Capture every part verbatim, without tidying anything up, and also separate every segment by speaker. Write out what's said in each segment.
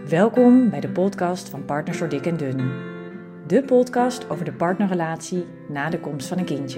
Speaker 1: Welkom bij de podcast van Partners door Dik en Dun. De podcast over de partnerrelatie na de komst van een kindje.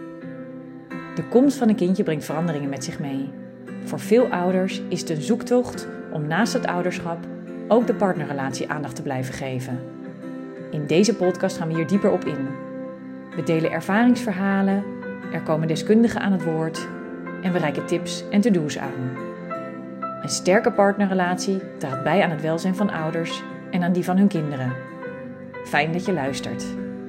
Speaker 1: De komst van een kindje brengt veranderingen met zich mee. Voor veel ouders is het een zoektocht om naast het ouderschap ook de partnerrelatie aandacht te blijven geven. In deze podcast gaan we hier dieper op in. We delen ervaringsverhalen, er komen deskundigen aan het woord en we reiken tips en to-do's aan. Een sterke partnerrelatie draagt bij aan het welzijn van ouders en aan die van hun kinderen. Fijn dat je luistert.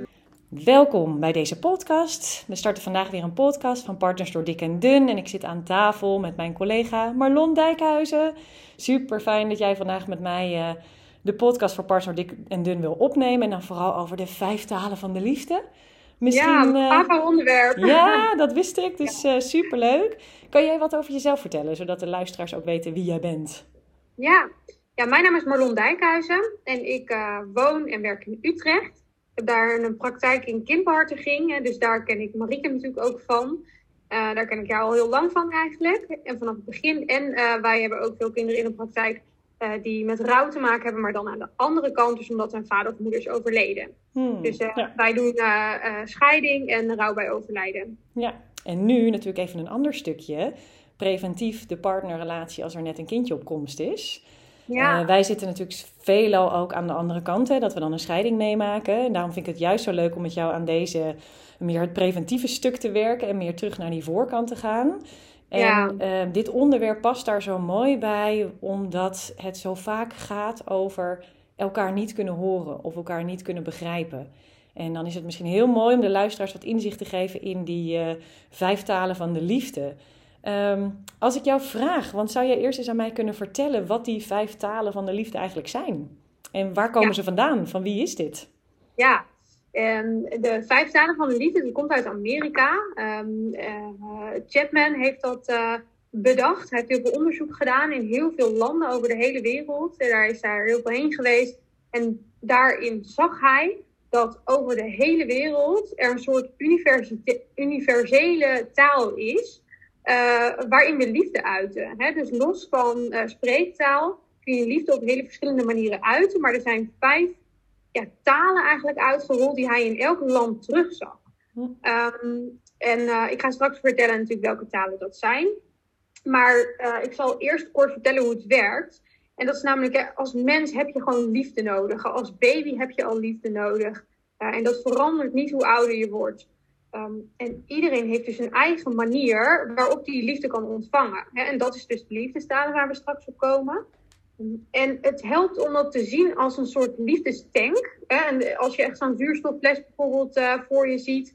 Speaker 1: Welkom bij deze podcast. We starten vandaag weer een podcast van Partners door Dik en Dun. En ik zit aan tafel met mijn collega Marlon Dijkhuizen. Super fijn dat jij vandaag met mij uh, de podcast voor Partners door Dik en Dun wil opnemen. En dan vooral over de vijf talen van de liefde.
Speaker 2: Misschien, ja, een gaaf uh, onderwerp.
Speaker 1: Ja, dat wist ik. Dus ja. uh, superleuk. Kan jij wat over jezelf vertellen, zodat de luisteraars ook weten wie jij bent?
Speaker 2: Ja, ja mijn naam is Marlon Dijkhuizen en ik uh, woon en werk in Utrecht. Ik heb daar een praktijk in kindbehartiging, dus daar ken ik Marieke natuurlijk ook van. Uh, daar ken ik jou al heel lang van eigenlijk, en vanaf het begin. En uh, wij hebben ook veel kinderen in de praktijk uh, die met rouw te maken hebben, maar dan aan de andere kant, dus omdat hun vader of moeder is overleden. Hmm, dus uh, ja. wij doen uh, uh, scheiding en rouw bij overlijden.
Speaker 1: Ja. En nu natuurlijk even een ander stukje. Preventief de partnerrelatie als er net een kindje op komst is. Ja. Uh, wij zitten natuurlijk veelal ook aan de andere kant. Hè, dat we dan een scheiding meemaken. En daarom vind ik het juist zo leuk om met jou aan deze meer het preventieve stuk te werken. En meer terug naar die voorkant te gaan. En ja. uh, dit onderwerp past daar zo mooi bij. Omdat het zo vaak gaat over elkaar niet kunnen horen. Of elkaar niet kunnen begrijpen. En dan is het misschien heel mooi om de luisteraars wat inzicht te geven in die uh, vijf talen van de liefde. Um, als ik jou vraag, want zou jij eerst eens aan mij kunnen vertellen wat die vijf talen van de liefde eigenlijk zijn? En waar komen ja. ze vandaan? Van wie is dit?
Speaker 2: Ja, um, de vijf talen van de liefde, die komt uit Amerika. Um, uh, Chapman heeft dat uh, bedacht. Hij heeft heel veel onderzoek gedaan in heel veel landen over de hele wereld. En daar is hij heel veel heen geweest. En daarin zag hij dat over de hele wereld er een soort universele taal is, uh, waarin we liefde uiten. Hè? Dus los van uh, spreektaal kun je liefde op hele verschillende manieren uiten, maar er zijn vijf ja, talen eigenlijk uitgerold die hij in elk land terugzag. Um, en uh, ik ga straks vertellen natuurlijk welke talen dat zijn. Maar uh, ik zal eerst kort vertellen hoe het werkt. En dat is namelijk, als mens heb je gewoon liefde nodig. Als baby heb je al liefde nodig. Uh, en dat verandert niet hoe ouder je wordt. Um, en iedereen heeft dus een eigen manier waarop die liefde kan ontvangen. Hè? En dat is dus de liefdestalen waar we straks op komen. Um, en het helpt om dat te zien als een soort liefdestank. Hè? En als je echt zo'n zuurstoffles bijvoorbeeld uh, voor je ziet.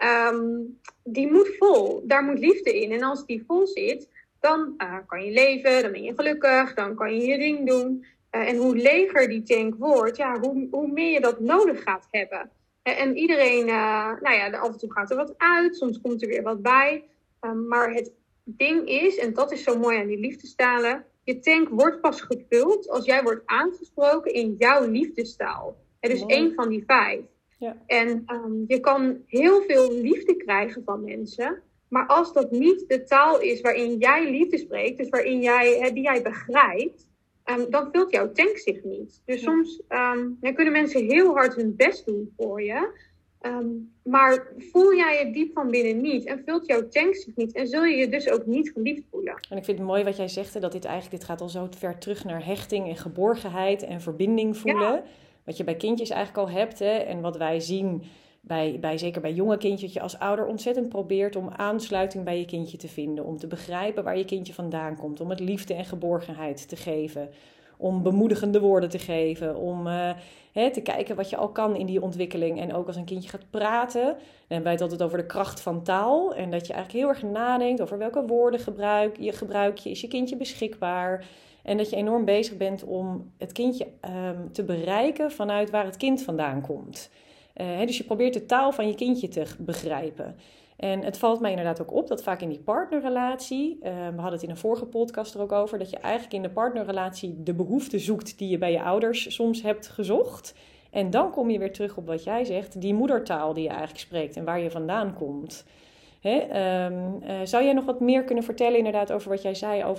Speaker 2: Um, die moet vol. Daar moet liefde in. En als die vol zit, dan uh, kan je leven, dan ben je gelukkig, dan kan je je ding doen. Uh, en hoe leger die tank wordt, ja, hoe, hoe meer je dat nodig gaat hebben. Uh, en iedereen, uh, nou ja, af en toe gaat er wat uit, soms komt er weer wat bij. Uh, maar het ding is, en dat is zo mooi aan die liefdestalen, je tank wordt pas gevuld als jij wordt aangesproken in jouw liefdestaal. Het is één van die vijf. Ja. En um, je kan heel veel liefde krijgen van mensen. Maar als dat niet de taal is waarin jij liefde spreekt, dus waarin jij, die jij begrijpt, um, dan vult jouw tank zich niet. Dus ja. soms um, dan kunnen mensen heel hard hun best doen voor je. Um, maar voel jij het diep van binnen niet en vult jouw tank zich niet en zul je je dus ook niet geliefd voelen.
Speaker 1: En ik vind het mooi wat jij zegt, dat dit eigenlijk dit gaat al zo ver terug naar hechting en geborgenheid en verbinding voelen. Ja. Wat je bij kindjes eigenlijk al hebt, hè, en wat wij zien. Bij, bij, zeker bij jonge kindjes, dat je als ouder ontzettend probeert om aansluiting bij je kindje te vinden. Om te begrijpen waar je kindje vandaan komt. Om het liefde en geborgenheid te geven. Om bemoedigende woorden te geven. Om uh, hè, te kijken wat je al kan in die ontwikkeling. En ook als een kindje gaat praten. Dan hebben wij het altijd over de kracht van taal. En dat je eigenlijk heel erg nadenkt over welke woorden gebruik je. Gebruik je. Is je kindje beschikbaar? En dat je enorm bezig bent om het kindje um, te bereiken vanuit waar het kind vandaan komt. Uh, dus je probeert de taal van je kindje te begrijpen. En het valt mij inderdaad ook op dat vaak in die partnerrelatie, uh, we hadden het in een vorige podcast er ook over, dat je eigenlijk in de partnerrelatie de behoefte zoekt die je bij je ouders soms hebt gezocht. En dan kom je weer terug op wat jij zegt, die moedertaal die je eigenlijk spreekt en waar je vandaan komt. Hè, um, uh, zou jij nog wat meer kunnen vertellen inderdaad over wat jij zei over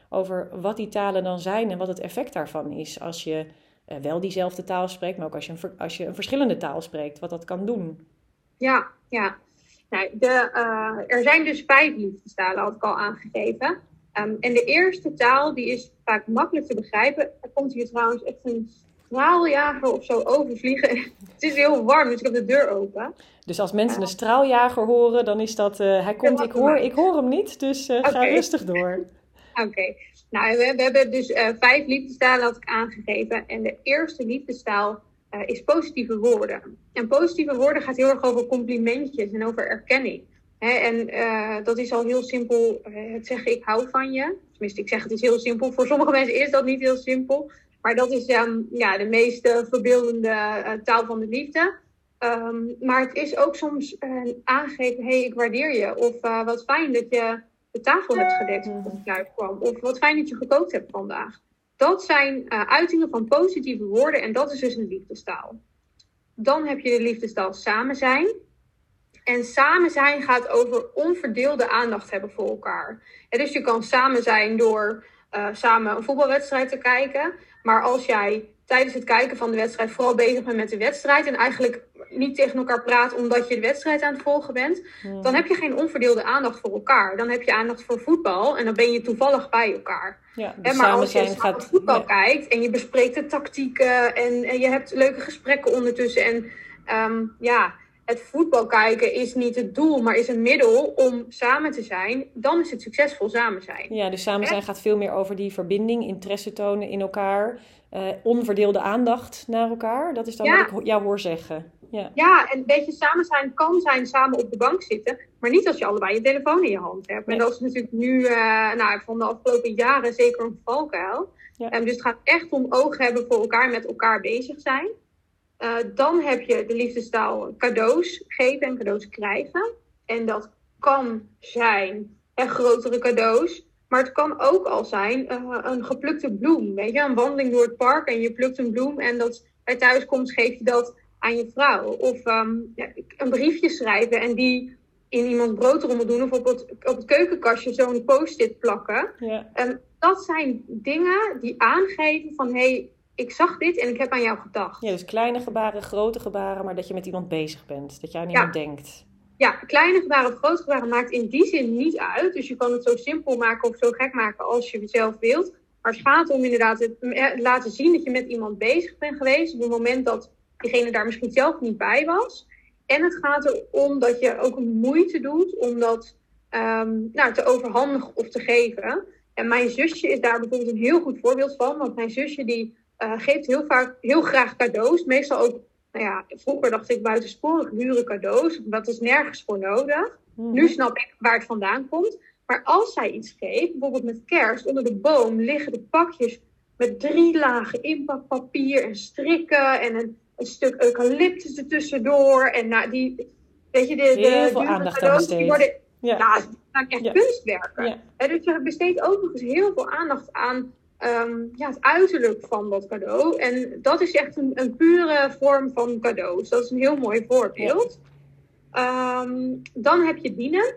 Speaker 1: over wat die talen dan zijn en wat het effect daarvan is als je uh, wel diezelfde taal spreekt, maar ook als je, een, als je een verschillende taal spreekt, wat dat kan doen.
Speaker 2: Ja, ja. Nou, de, uh, er zijn dus vijf liefdestalen, had ik al aangegeven. Um, en de eerste taal, die is vaak makkelijk te begrijpen. Er komt hier trouwens echt een straaljager of zo overvliegen. Het is heel warm, dus ik heb de deur open.
Speaker 1: Dus als mensen een straaljager horen, dan is dat... Uh, hij komt, ik hoor, ik hoor hem niet, dus uh, okay. Ga rustig door.
Speaker 2: Oké. Okay. Nou, we, we hebben dus uh, vijf liefdestalen, had ik aangegeven. En de eerste liefdestaal uh, is positieve woorden. En positieve woorden gaat heel erg over complimentjes en over erkenning. He, en uh, dat is al heel simpel, uh, het zeggen ik hou van je. Tenminste, ik zeg het is heel simpel. Voor sommige mensen is dat niet heel simpel. Maar dat is um, ja, de meest uh, verbeeldende uh, taal van de liefde. Um, maar het is ook soms uh, aangegeven, hé, hey, ik waardeer je. Of uh, wat fijn dat je de tafel hebt gedekt toen ik thuis kwam. Of wat fijn dat je gekookt hebt vandaag. Dat zijn uh, uitingen van positieve woorden en dat is dus een liefdestaal. Dan heb je de liefdestaal samen zijn. En samen zijn gaat over onverdeelde aandacht hebben voor elkaar. En dus je kan samen zijn door uh, samen een voetbalwedstrijd te kijken. Maar als jij tijdens het kijken van de wedstrijd vooral bezig bent met de wedstrijd en eigenlijk niet tegen elkaar praat omdat je de wedstrijd aan het volgen bent, hmm. dan heb je geen onverdeelde aandacht voor elkaar. Dan heb je aandacht voor voetbal en dan ben je toevallig bij elkaar. Ja, dus maar als je samen gaat... voetbal ja. kijkt en je bespreekt de tactieken en, en je hebt leuke gesprekken ondertussen en um, ja... het voetbal kijken is niet het doel, maar is een middel om samen te zijn. Dan is het succesvol samen zijn.
Speaker 1: Ja, dus samen zijn gaat veel meer over die verbinding, interesse tonen in elkaar. Uh, onverdeelde aandacht naar elkaar. Dat is dan ja. wat ik jou hoor zeggen. Ja.
Speaker 2: ja, en een beetje samen zijn kan zijn samen op de bank zitten. Maar niet als je allebei je telefoon in je hand hebt. Ja. En dat is natuurlijk nu uh, nou, van de afgelopen jaren zeker een valkuil. Ja. Um, dus het gaat echt om oog hebben voor elkaar, met elkaar bezig zijn. Uh, dan heb je de liefdestaal cadeaus geven en cadeaus krijgen. En dat kan zijn hè, grotere cadeaus. Maar het kan ook al zijn uh, een geplukte bloem. Weet je, een wandeling door het park en je plukt een bloem. En dat bij thuiskomst geef je dat aan je vrouw. Of um, ja, een briefje schrijven en die in iemands broodrommel doen. Of op het, op het keukenkastje zo'n post-it plakken. Ja. Um, dat zijn dingen die aangeven van... Hey, ik zag dit en ik heb aan jou gedacht.
Speaker 1: Ja, dus kleine gebaren, grote gebaren, maar dat je met iemand bezig bent. Dat je aan iemand ja. denkt.
Speaker 2: Ja, kleine gebaren of grote gebaren maakt in die zin niet uit. Dus je kan het zo simpel maken of zo gek maken als je het zelf wilt. Maar het gaat om inderdaad het laten zien dat je met iemand bezig bent geweest. Op het moment dat diegene daar misschien zelf niet bij was. En het gaat erom dat je ook moeite doet om dat um, nou, te overhandigen of te geven. En mijn zusje is daar bijvoorbeeld een heel goed voorbeeld van. Want mijn zusje die... Uh, geeft heel vaak heel graag cadeaus. Meestal ook, nou ja, vroeger dacht ik buitensporig dure cadeaus. Dat is nergens voor nodig. Mm-hmm. Nu snap ik waar het vandaan komt. Maar als zij iets geeft, bijvoorbeeld met kerst, onder de boom liggen de pakjes met drie lagen inpakpapier en strikken en een, een stuk eucalyptus ertussendoor. En nou, die, weet je, de, de
Speaker 1: heel veel aandacht aan besteed.
Speaker 2: Die worden, ja, nou, die zijn echt ja. kunstwerken. Ja. En dus je besteedt ook nog eens heel veel aandacht aan Um, ja, het uiterlijk van dat cadeau. En dat is echt een, een pure vorm van cadeaus. Dat is een heel mooi voorbeeld. Ja. Um, dan heb je dienen.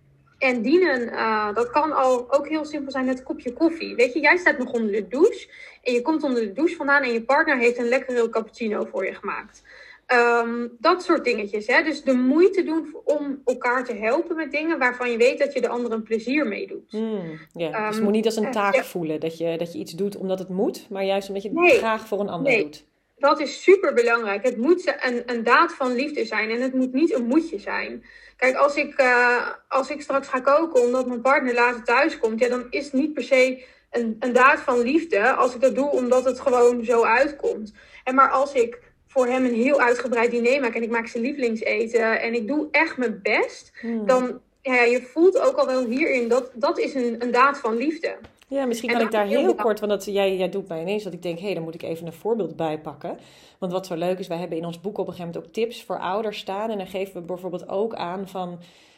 Speaker 2: En dienen, uh, dat kan al ook heel simpel zijn met een kopje koffie. Weet je, jij staat nog onder de douche. En je komt onder de douche vandaan en je partner heeft een lekkere cappuccino voor je gemaakt. Um, dat soort dingetjes. Hè? Dus de moeite doen om elkaar te helpen met dingen waarvan je weet dat je de ander een plezier mee doet.
Speaker 1: Mm, yeah. um, dus het moet niet als een taak uh, voelen dat je, dat je iets doet omdat het moet, maar juist omdat je het nee, graag voor een ander
Speaker 2: nee.
Speaker 1: doet.
Speaker 2: Dat is super belangrijk. Het moet een, een daad van liefde zijn en het moet niet een moetje zijn. Kijk, als ik, uh, als ik straks ga koken omdat mijn partner later thuis komt, ja, dan is het niet per se een, een daad van liefde als ik dat doe omdat het gewoon zo uitkomt. En maar als ik voor hem een heel uitgebreid diner maak en ik maak zijn lievelingseten en ik doe echt mijn best, hmm. dan ja, je voelt ook al wel hierin dat dat is een, een daad van liefde.
Speaker 1: Ja, misschien kan ik daar heel kort, want dat, jij, jij doet mij ineens dat ik denk, hé, hey, dan moet ik even een voorbeeld bijpakken. Want wat zo leuk is, wij hebben in ons boek op een gegeven moment ook tips voor ouders staan. En dan geven we bijvoorbeeld ook aan van,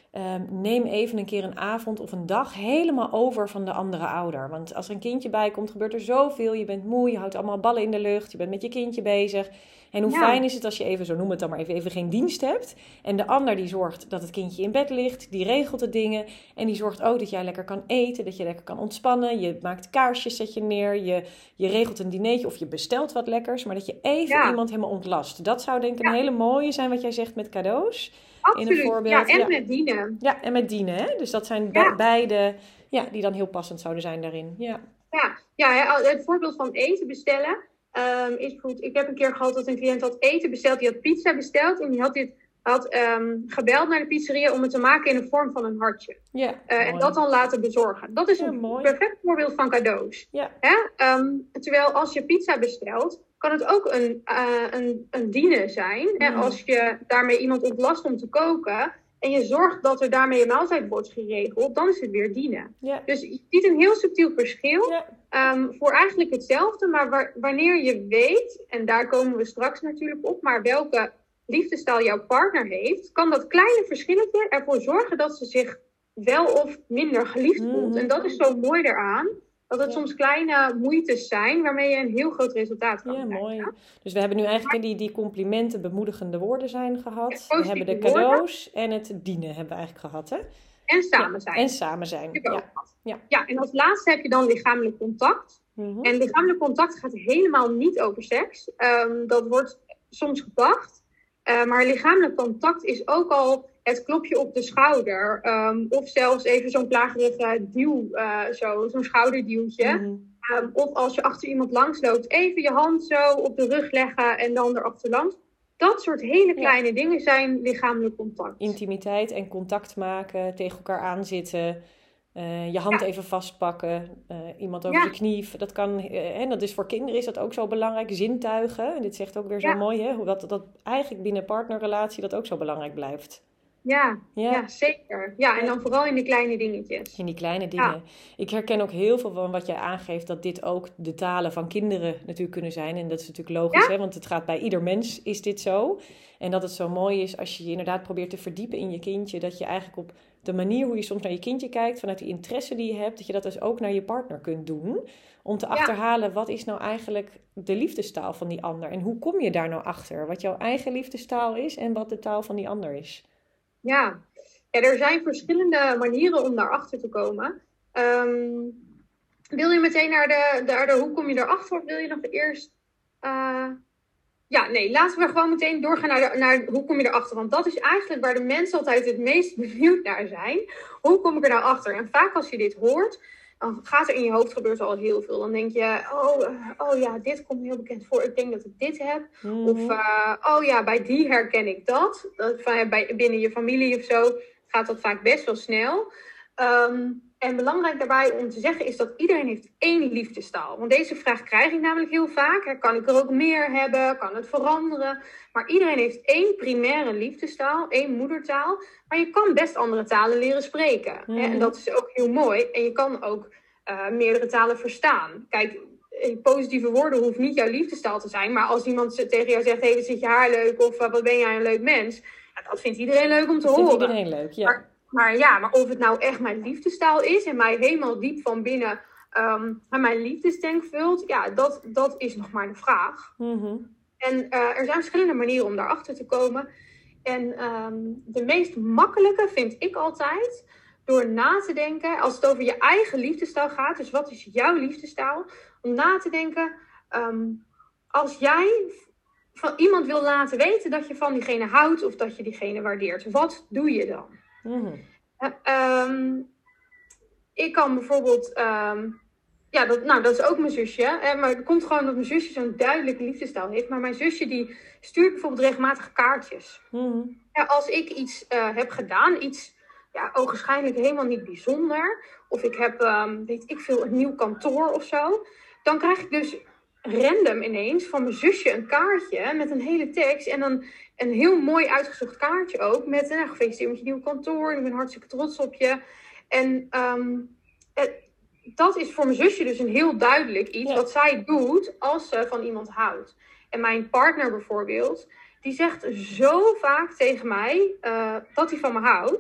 Speaker 1: Um, neem even een keer een avond of een dag helemaal over van de andere ouder. Want als er een kindje bij komt, gebeurt er zoveel. Je bent moe, je houdt allemaal ballen in de lucht. Je bent met je kindje bezig. En hoe ja. fijn is het als je even, zo noem het dan maar even, even geen dienst hebt. En de ander die zorgt dat het kindje in bed ligt. Die regelt de dingen. En die zorgt ook dat jij lekker kan eten. Dat je lekker kan ontspannen. Je maakt kaarsjes, zet je neer. Je, je regelt een dinertje of je bestelt wat lekkers. Maar dat je even ja. iemand helemaal ontlast. Dat zou denk ik ja. een hele mooie zijn wat jij zegt met cadeaus.
Speaker 2: Absoluut,
Speaker 1: in een voorbeeld.
Speaker 2: Ja, en
Speaker 1: ja.
Speaker 2: met dienen.
Speaker 1: Ja, en met dienen. Hè? Dus dat zijn
Speaker 2: ja.
Speaker 1: be- beide ja, die dan heel passend zouden zijn daarin. Ja,
Speaker 2: ja, ja het voorbeeld van eten bestellen um, is goed. Ik heb een keer gehad dat een cliënt had eten besteld. Die had pizza besteld en die had dit had um, gebeld naar de pizzeria om het te maken in de vorm van een hartje.
Speaker 1: Ja,
Speaker 2: uh, en dat dan laten bezorgen. Dat is ja, een mooi. perfect voorbeeld van cadeaus.
Speaker 1: Ja.
Speaker 2: Hè? Um, terwijl als je pizza bestelt, kan het ook een, uh, een, een dienen zijn. Mm. Hè? Als je daarmee iemand ontlast om te koken en je zorgt dat er daarmee een maaltijd wordt geregeld, dan is het weer dienen.
Speaker 1: Ja.
Speaker 2: Dus je ziet een heel subtiel verschil
Speaker 1: ja.
Speaker 2: um, voor eigenlijk hetzelfde. Maar waar, wanneer je weet, en daar komen we straks natuurlijk op, maar welke liefdestaal jouw partner heeft, kan dat kleine verschilletje ervoor zorgen dat ze zich wel of minder geliefd voelt. Mm-hmm. En dat is zo mooi eraan. Dat het ja. soms kleine moeites zijn waarmee je een heel groot resultaat kan
Speaker 1: ja,
Speaker 2: krijgen.
Speaker 1: Mooi. Dus we hebben nu eigenlijk die, die complimenten, bemoedigende woorden zijn gehad.
Speaker 2: Ja,
Speaker 1: we hebben de cadeaus woorden. En het dienen hebben we eigenlijk gehad. Hè?
Speaker 2: En samen zijn.
Speaker 1: Ja, en samen zijn. Ja.
Speaker 2: Ja. ja, en als laatste heb je dan lichamelijk contact. Mm-hmm. En lichamelijk contact gaat helemaal niet over seks. Um, dat wordt soms gedacht. Uh, maar lichamelijk contact is ook al het klopje op de schouder. Um, of zelfs even zo'n plagerige duw, uh, zo, zo'n schouderduwtje. Mm. Um, of als je achter iemand langs loopt, even je hand zo op de rug leggen en dan erachterlangs. Dat soort hele kleine ja. dingen zijn lichamelijk contact.
Speaker 1: Intimiteit en contact maken, tegen elkaar aanzitten. Uh, je hand ja. even vastpakken, uh, iemand over ja. de knie. Dat kan, uh, en dat is voor kinderen is dat ook zo belangrijk. Zintuigen, en dit zegt ook weer zo ja. mooi, hè, hoe dat, dat eigenlijk binnen partnerrelatie dat ook zo belangrijk blijft.
Speaker 2: Ja, ja. ja zeker. Ja, en dan vooral in de kleine dingetjes.
Speaker 1: In die kleine dingen. Ja. Ik herken ook heel veel van wat jij aangeeft, dat dit ook de talen van kinderen natuurlijk kunnen zijn. En dat is natuurlijk logisch, ja? hè, want het gaat bij ieder mens is dit zo. En dat het zo mooi is als je je inderdaad probeert te verdiepen in je kindje, dat je eigenlijk op de manier hoe je soms naar je kindje kijkt, vanuit die interesse die je hebt, dat je dat dus ook naar je partner kunt doen. Om te ja. achterhalen, wat is nou eigenlijk de liefdestaal van die ander? En hoe kom je daar nou achter? Wat jouw eigen liefdestaal is en wat de taal van die ander is.
Speaker 2: Ja, ja er zijn verschillende manieren om daarachter te komen. Um, wil je meteen naar de, naar de hoe kom je daarachter? Of wil je nog eerst... Uh... Ja, nee, laten we gewoon meteen doorgaan naar, de, naar hoe kom je erachter. Want dat is eigenlijk waar de mensen altijd het meest benieuwd naar zijn. Hoe kom ik er nou achter? En vaak als je dit hoort, dan gaat er in je hoofd gebeurt al heel veel. Dan denk je, oh, oh ja, dit komt me heel bekend voor. Ik denk dat ik dit heb. Mm-hmm. Of, uh, oh ja, bij die herken ik dat. dat van, bij, binnen je familie of zo gaat dat vaak best wel snel. Um, En belangrijk daarbij om te zeggen is dat iedereen heeft één liefdestaal. Want deze vraag krijg ik namelijk heel vaak. Kan ik er ook meer hebben? Kan het veranderen? Maar iedereen heeft één primaire liefdestaal, één moedertaal. Maar je kan best andere talen leren spreken. Mm. En dat is ook heel mooi. En je kan ook uh, meerdere talen verstaan. Kijk, positieve woorden hoeft niet jouw liefdestaal te zijn. Maar als iemand tegen jou zegt, hé, hey, zit je haar leuk? Of uh, wat ben jij een leuk mens? Ja, dat vindt iedereen leuk om te
Speaker 1: dat
Speaker 2: horen.
Speaker 1: Vindt iedereen leuk, ja.
Speaker 2: Maar, Maar ja, maar of het nou echt mijn liefdestaal is en mij helemaal diep van binnen um, mijn liefdestank vult, ja, dat, dat is nog maar de vraag.
Speaker 1: Mm-hmm.
Speaker 2: En uh, er zijn verschillende manieren om daarachter te komen. En um, de meest makkelijke vind ik altijd door na te denken, als het over je eigen liefdestaal gaat, dus wat is jouw liefdestaal, om na te denken, um, als jij van iemand wil laten weten dat je van diegene houdt of dat je diegene waardeert, wat doe je dan?
Speaker 1: Mm-hmm.
Speaker 2: Uh, um, ik kan bijvoorbeeld, um, ja, dat, nou, dat is ook mijn zusje. Hè, maar het komt gewoon dat mijn zusje zo'n duidelijke liefdestaal heeft. Maar mijn zusje die stuurt bijvoorbeeld regelmatig kaartjes.
Speaker 1: Mm-hmm.
Speaker 2: Ja, als ik iets uh, heb gedaan, iets ja, ogenschijnlijk helemaal niet bijzonder. Of ik heb, um, weet ik veel, een nieuw kantoor of zo. Dan krijg ik dus random ineens van mijn zusje een kaartje met een hele tekst. En dan een heel mooi uitgezocht kaartje ook. Met een gefeliciteerd met je nieuwe kantoor. Ik ben hartstikke trots op je. En um, het, dat is voor mijn zusje dus een heel duidelijk iets. Ja. Wat zij doet als ze van iemand houdt. En mijn partner bijvoorbeeld. Die zegt zo vaak tegen mij uh, dat hij van me houdt.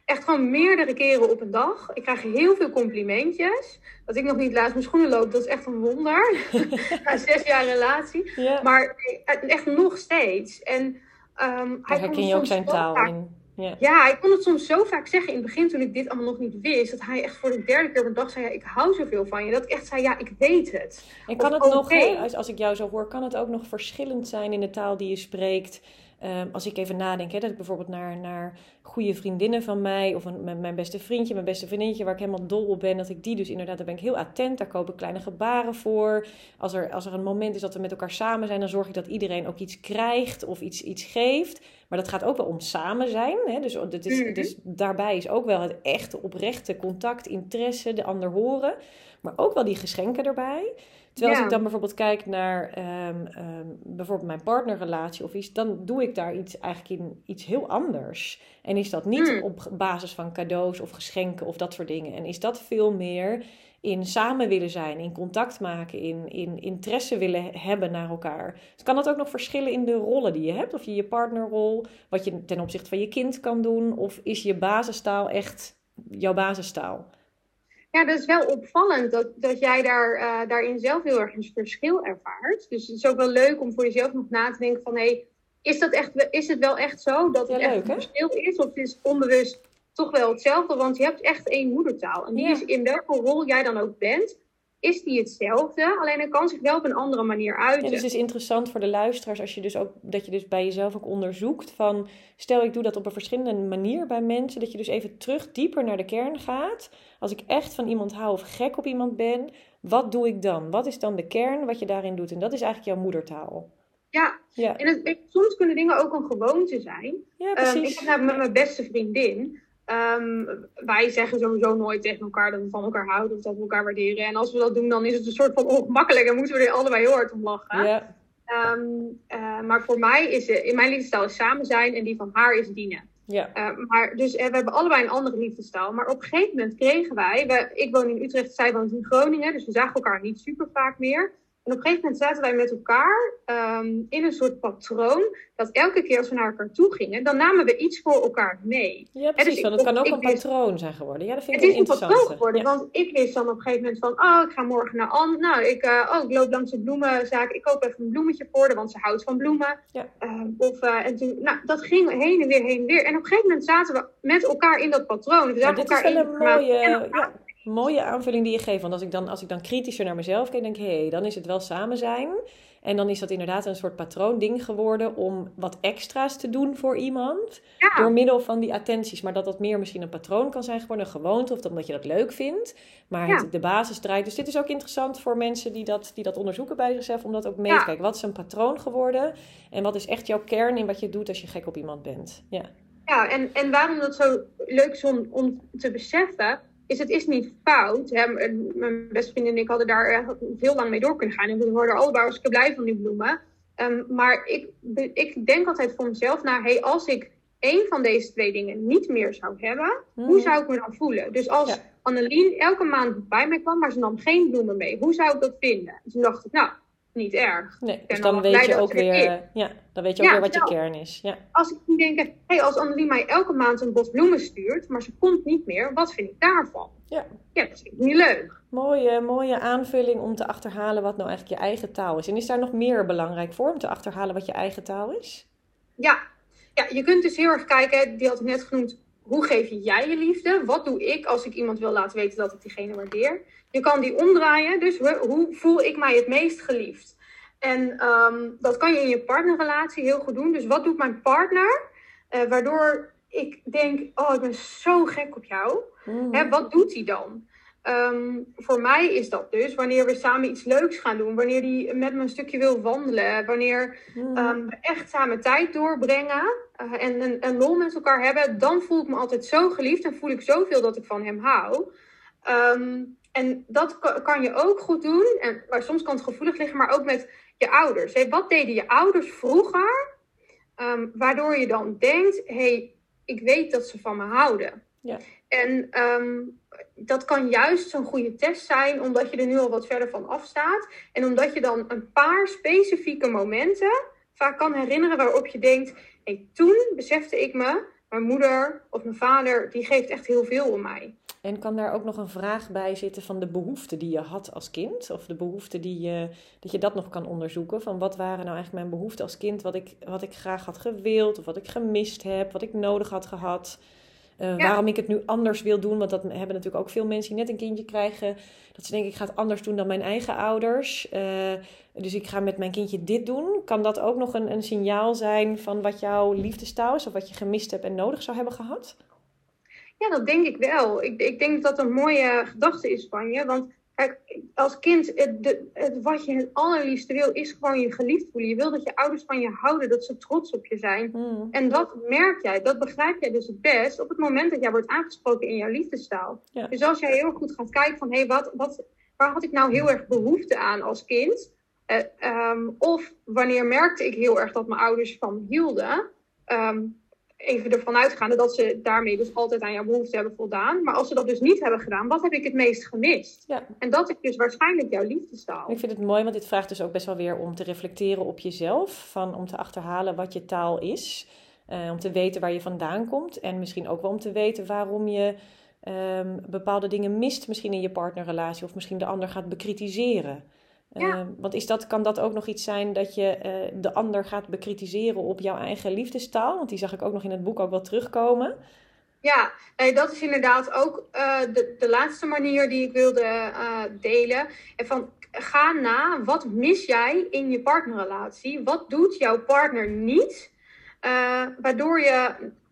Speaker 2: Echt gewoon meerdere keren op een dag. Ik krijg heel veel complimentjes. Dat ik nog niet laat mijn schoenen loop, dat is echt een wonder. Na zes jaar relatie. Ja. Maar echt nog steeds. En um,
Speaker 1: Daar
Speaker 2: hij
Speaker 1: herken je ook zijn taal vaak... in.
Speaker 2: Ja. ja, hij kon het soms zo vaak zeggen in het begin toen ik dit allemaal nog niet wist. Dat hij echt voor de derde keer op een dag zei, ja, ik hou zoveel van je. Dat ik echt zei, ja, ik weet het.
Speaker 1: En kan of, het nog, okay. hè, als, als ik jou zo hoor, kan het ook nog verschillend zijn in de taal die je spreekt? Um, als ik even nadenk, hè, dat ik bijvoorbeeld naar, naar goede vriendinnen van mij, of een, mijn beste vriendje, mijn beste vriendinnetje, waar ik helemaal dol op ben, dat ik die dus inderdaad, daar ben ik heel attent, daar koop ik kleine gebaren voor. Als er, als er een moment is dat we met elkaar samen zijn, dan zorg ik dat iedereen ook iets krijgt of iets, iets geeft. Maar dat gaat ook wel om samen zijn. Hè? Dus, het is, mm-hmm. dus daarbij is ook wel het echte, oprechte contact, interesse, de ander horen. Maar ook wel die geschenken erbij. Terwijl ja. als ik dan bijvoorbeeld kijk naar um, um, bijvoorbeeld mijn partnerrelatie of iets, dan doe ik daar iets eigenlijk in iets heel anders. En is dat niet mm. op basis van cadeaus of geschenken of dat soort dingen. En is dat veel meer in samen willen zijn, in contact maken, in, in interesse willen hebben naar elkaar. Dus kan dat ook nog verschillen in de rollen die je hebt? Of je je partnerrol, wat je ten opzichte van je kind kan doen? Of is je basistaal echt jouw basistaal?
Speaker 2: Ja, dat is wel opvallend dat, dat jij daar, uh, daarin zelf heel erg een verschil ervaart. Dus het is ook wel leuk om voor jezelf nog na te denken van, hé, hey, is, dat echt, is het wel echt zo dat het ja, echt leuk, een verschil is? Of is het onbewust toch wel hetzelfde? Want je hebt echt één moedertaal. En die ja. is in welke rol jij dan ook bent, is die hetzelfde. Alleen het kan zich wel op een andere manier uiten.
Speaker 1: Ja, dus het is interessant voor de luisteraars als je dus ook, dat je dus bij jezelf ook onderzoekt van, stel ik doe dat op een verschillende manier bij mensen, dat je dus even terug dieper naar de kern gaat. Als ik echt van iemand hou of gek op iemand ben, wat doe ik dan? Wat is dan de kern wat je daarin doet? En dat is eigenlijk jouw moedertaal.
Speaker 2: Ja, ja. en het, soms kunnen dingen ook een gewoonte zijn.
Speaker 1: Ja, precies.
Speaker 2: Um, ik heb namelijk met mijn beste vriendin. Um, wij zeggen sowieso nooit tegen elkaar dat we van elkaar houden of dat we elkaar waarderen. En als we dat doen, dan is het een soort van ongemakkelijk en moeten we er allebei heel hard om lachen.
Speaker 1: Ja.
Speaker 2: Um, uh, maar voor mij is in mijn liefdestaal is samen zijn en die van haar is dienen.
Speaker 1: Ja.
Speaker 2: Uh, maar dus uh, we hebben allebei een andere liefdestaal. Maar op een gegeven moment kregen wij, we, ik woon in Utrecht, zij woont in Groningen, dus we zagen elkaar niet super vaak meer. En op een gegeven moment zaten wij met elkaar um, in een soort patroon. Dat elke keer als we naar elkaar toe gingen, dan namen we iets voor elkaar mee.
Speaker 1: Ja, precies. Dus want het kan ook een wist, patroon zijn geworden. Ja, dat vind ik
Speaker 2: het is een
Speaker 1: interessant.
Speaker 2: patroon geworden. Ja. Want ik wist dan op een gegeven moment van, oh, ik ga morgen naar Anne. Nou, ik, uh, oh, ik loop langs de bloemenzaak. Ik koop even een bloemetje voor haar, want ze houdt van bloemen.
Speaker 1: Ja.
Speaker 2: Uh, of, uh, en toen, nou, dat ging heen en weer, heen en weer. En op een gegeven moment zaten we met elkaar in dat patroon. We zaten elkaar
Speaker 1: dit is wel
Speaker 2: in
Speaker 1: een mooie... Ja. Mooie aanvulling die je geeft. Want als ik dan, als ik dan kritischer naar mezelf kijk, denk ik, hé, hey, dan is het wel samen zijn. En dan is dat inderdaad een soort patroonding geworden om wat extra's te doen voor iemand. Ja. Door middel van die attenties. Maar dat dat meer misschien een patroon kan zijn geworden, een gewoonte. Of omdat je dat leuk vindt. Maar ja. het, de basis draait. Dus dit is ook interessant voor mensen die dat, die dat onderzoeken bij zichzelf. Om dat ook mee te ja. kijken. Wat is een patroon geworden? En wat is echt jouw kern in wat je doet als je gek op iemand bent? Ja,
Speaker 2: ja en, en waarom dat zo leuk is om, om te beseffen, is het is niet fout. Hè? Mijn beste vriendin en ik hadden daar heel lang mee door kunnen gaan. En we worden allebei hartstikke blij van die bloemen. Um, maar ik, ik denk altijd voor mezelf, nou, hey, als ik één van deze twee dingen niet meer zou hebben, mm. hoe zou ik me dan voelen? Dus als ja. Annelien elke maand bij mij kwam, maar ze nam geen bloemen mee, hoe zou ik dat vinden? En toen dacht ik, nou, niet erg.
Speaker 1: Nee, dus dan weet je ook weer, ja, dan weet je ook ja, weer wat nou, je kern is. Ja.
Speaker 2: Als ik nu denk, hey, als Annelien mij elke maand een bos bloemen stuurt, maar ze komt niet meer, wat vind ik daarvan?
Speaker 1: Ja,
Speaker 2: ja dat vind ik niet leuk.
Speaker 1: Mooie, mooie aanvulling om te achterhalen wat nou eigenlijk je eigen taal is. En is daar nog meer belangrijk voor om te achterhalen wat je eigen taal is?
Speaker 2: Ja, ja je kunt dus heel erg kijken, die had ik net genoemd, hoe geef jij je liefde? Wat doe ik als ik iemand wil laten weten dat ik diegene waardeer? Je kan die omdraaien, dus hoe voel ik mij het meest geliefd? En um, dat kan je in je partnerrelatie heel goed doen. Dus wat doet mijn partner? Uh, waardoor ik denk, oh, ik ben zo gek op jou. Mm. Hè, wat doet hij dan? Um, voor mij is dat dus wanneer we samen iets leuks gaan doen. Wanneer hij met me een stukje wil wandelen. Wanneer mm. um, we echt samen tijd doorbrengen. Uh, en een, een lol met elkaar hebben. Dan voel ik me altijd zo geliefd. En voel ik zoveel dat ik van hem hou. Um, en dat kan je ook goed doen. En, maar soms kan het gevoelig liggen. Maar ook met je ouders. Hey, wat deden je ouders vroeger? Um, waardoor je dan denkt, hey, ik weet dat ze van me houden.
Speaker 1: Ja.
Speaker 2: En um, dat kan juist zo'n goede test zijn, omdat je er nu al wat verder van afstaat. En omdat je dan een paar specifieke momenten vaak kan herinneren waarop je denkt, hey, toen besefte ik me mijn moeder of mijn vader, die geeft echt heel veel om mij.
Speaker 1: En kan daar ook nog een vraag bij zitten van de behoeften die je had als kind? Of de behoeften die je, dat je dat nog kan onderzoeken? Van wat waren nou eigenlijk mijn behoeften als kind? Wat ik, wat ik graag had gewild of wat ik gemist heb, wat ik nodig had gehad. Uh, ja. Waarom ik het nu anders wil doen. Want dat hebben natuurlijk ook veel mensen die net een kindje krijgen. Dat ze denken, ik ga het anders doen dan mijn eigen ouders. Uh, dus ik ga met mijn kindje dit doen. Kan dat ook nog een, een signaal zijn van wat jouw liefdestaal is? Of wat je gemist hebt en nodig zou hebben gehad?
Speaker 2: Ja, dat denk ik wel. Ik, ik denk dat dat een mooie gedachte is van je. Want kijk, als kind, het, de, het, wat je het allerliefste wil, is gewoon je geliefd voelen. Je wil dat je ouders van je houden, dat ze trots op je zijn. Mm. En dat merk jij, dat begrijp jij dus het best op het moment dat jij wordt aangesproken in jouw liefdestaal. Ja. Dus als jij heel goed gaat kijken van, hé, hey, wat, wat, waar had ik nou heel erg behoefte aan als kind? Uh, um, of wanneer merkte ik heel erg dat mijn ouders van me hielden? Um, Even ervan uitgaande dat ze daarmee dus altijd aan jouw behoefte hebben voldaan. Maar als ze dat dus niet hebben gedaan, wat heb ik het meest gemist? Ja. En dat is dus waarschijnlijk jouw liefdestaal.
Speaker 1: Ik vind het mooi, want dit vraagt dus ook best wel weer om te reflecteren op jezelf. Van, om te achterhalen wat je taal is. Uh, om te weten waar je vandaan komt. En misschien ook wel om te weten waarom je um, bepaalde dingen mist. Misschien in je partnerrelatie. Of misschien de ander gaat bekritiseren. Ja. Uh, want is dat, kan dat ook nog iets zijn dat je uh, de ander gaat bekritiseren op jouw eigen liefdestaal? Want die zag ik ook nog in het boek ook wel terugkomen.
Speaker 2: Ja, nee, dat is inderdaad ook uh, de, de laatste manier die ik wilde uh, delen. En van, ga na, wat mis jij in je partnerrelatie? Wat doet jouw partner niet? Uh, waardoor je,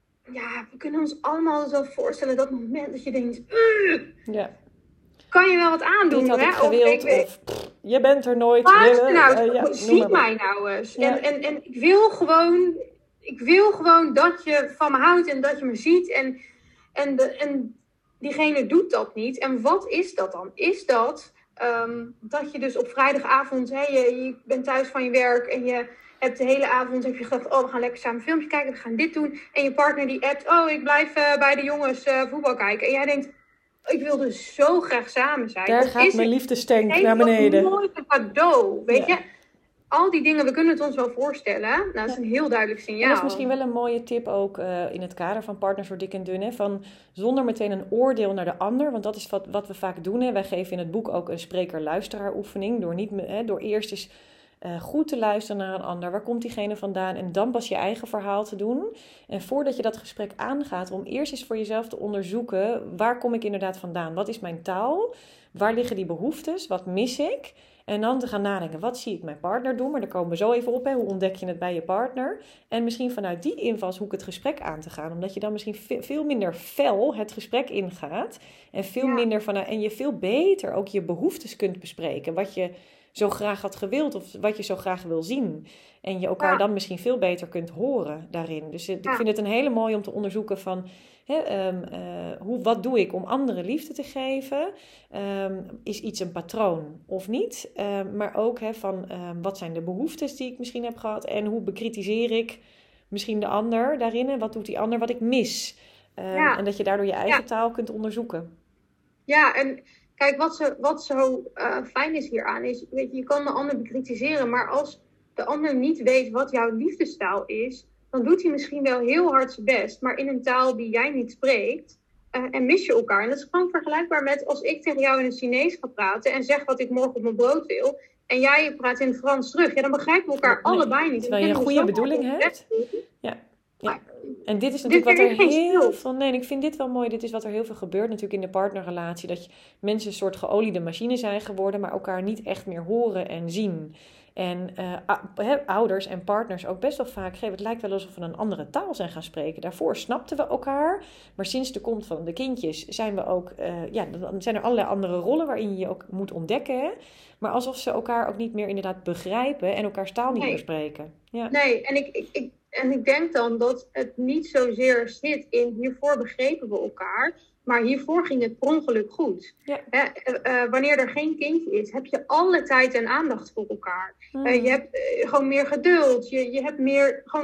Speaker 2: ja, we kunnen ons allemaal zo voorstellen dat moment dat je denkt... Uh, ja. Kan je wel wat aandoen,
Speaker 1: Dit had
Speaker 2: hè?
Speaker 1: Ik gewild, of, of pff, je bent er nooit.
Speaker 2: Luister nou,
Speaker 1: uh, ja,
Speaker 2: zie mij nou eens. Ja. En, en, en ik wil gewoon, ik wil gewoon dat je van me houdt en dat je me ziet. En, en, de, en diegene doet dat niet. En wat is dat dan? Is dat um, dat je dus op vrijdagavond, hè, je, je bent thuis van je werk en je hebt de hele avond heb je gedacht, oh, we gaan lekker samen een filmpje kijken, we gaan dit doen. En je partner die appt, oh, ik blijf uh, bij de jongens uh, voetbal kijken. En jij denkt, ik wil dus zo graag samen zijn.
Speaker 1: Daar
Speaker 2: dat
Speaker 1: gaat
Speaker 2: is
Speaker 1: mijn liefdestank naar beneden.
Speaker 2: Dat is een mooi cadeau, weet ja. je. Al die dingen, we kunnen het ons wel voorstellen. Nou, dat is een heel duidelijk signaal.
Speaker 1: En dat is misschien wel een mooie tip ook uh, in het kader van Partners voor Dik en Dun. Hè, van zonder meteen een oordeel naar de ander. Want dat is wat, wat we vaak doen. Hè. Wij geven in het boek ook een spreker-luisteraar oefening. Door, niet, hè, door eerst eens uh, goed te luisteren naar een ander. Waar komt diegene vandaan? En dan pas je eigen verhaal te doen. En voordat je dat gesprek aangaat, om eerst eens voor jezelf te onderzoeken. Waar kom ik inderdaad vandaan? Wat is mijn taal? Waar liggen die behoeftes? Wat mis ik? En dan te gaan nadenken, wat zie ik mijn partner doen? Maar daar komen we zo even op, hè? Hoe ontdek je het bij je partner? En misschien vanuit die invalshoek het gesprek aan te gaan. Omdat je dan misschien veel minder fel het gesprek ingaat. En, veel ja. minder vanuit, en je veel beter ook je behoeftes kunt bespreken. Wat je zo graag had gewild of wat je zo graag wil zien. En je elkaar ja. dan misschien veel beter kunt horen daarin. Dus ik ja. vind het een hele mooie om te onderzoeken van... He, um, uh, hoe, wat doe ik om anderen liefde te geven? Um, is iets een patroon of niet? Um, maar ook he, van um, wat zijn de behoeftes die ik misschien heb gehad? En hoe bekritiseer ik misschien de ander daarin? En wat doet die ander wat ik mis? Um, ja. En dat je daardoor je eigen ja. taal kunt onderzoeken.
Speaker 2: Ja, en kijk, wat zo, wat zo uh, fijn is hieraan is... Weet je, je kan de ander bekritiseren, maar als de ander niet weet wat jouw liefdestaal is... dan doet hij misschien wel heel hard zijn best, maar in een taal die jij niet spreekt. Uh, en mis je elkaar. En dat is gewoon vergelijkbaar met als ik tegen jou in het Chinees ga praten en zeg wat ik morgen op mijn brood wil. En jij praat in het Frans terug. Ja, dan begrijpen we elkaar nee, allebei niet.
Speaker 1: Terwijl je een goede bedoeling hebt. Ja. Ja. En dit is natuurlijk dit wat er heel veel... Nee, ik vind dit wel mooi. Dit is wat er heel veel gebeurt natuurlijk in de partnerrelatie. Dat je, mensen een soort geoliede machine zijn geworden, maar elkaar niet echt meer horen en zien. En uh, ouders en partners ook best wel vaak geven. Het lijkt wel alsof we een andere taal zijn gaan spreken. Daarvoor snapten we elkaar. Maar sinds de komst van de kindjes zijn we ook... Uh, ja, dan zijn er allerlei andere rollen waarin je je ook moet ontdekken. Hè? Maar alsof ze elkaar ook niet meer inderdaad begrijpen en elkaars taal niet nee. meer spreken. Ja.
Speaker 2: Nee, en ik, ik, ik, en ik denk dan dat het niet zozeer zit in hiervoor begrepen we elkaar... Maar hiervoor ging het per ongeluk goed. Ja. He, uh, uh, wanneer er geen kindje is, heb je alle tijd en aandacht voor elkaar. Mm. Uh, je hebt uh, gewoon meer geduld. Je, je hebt meer gewoon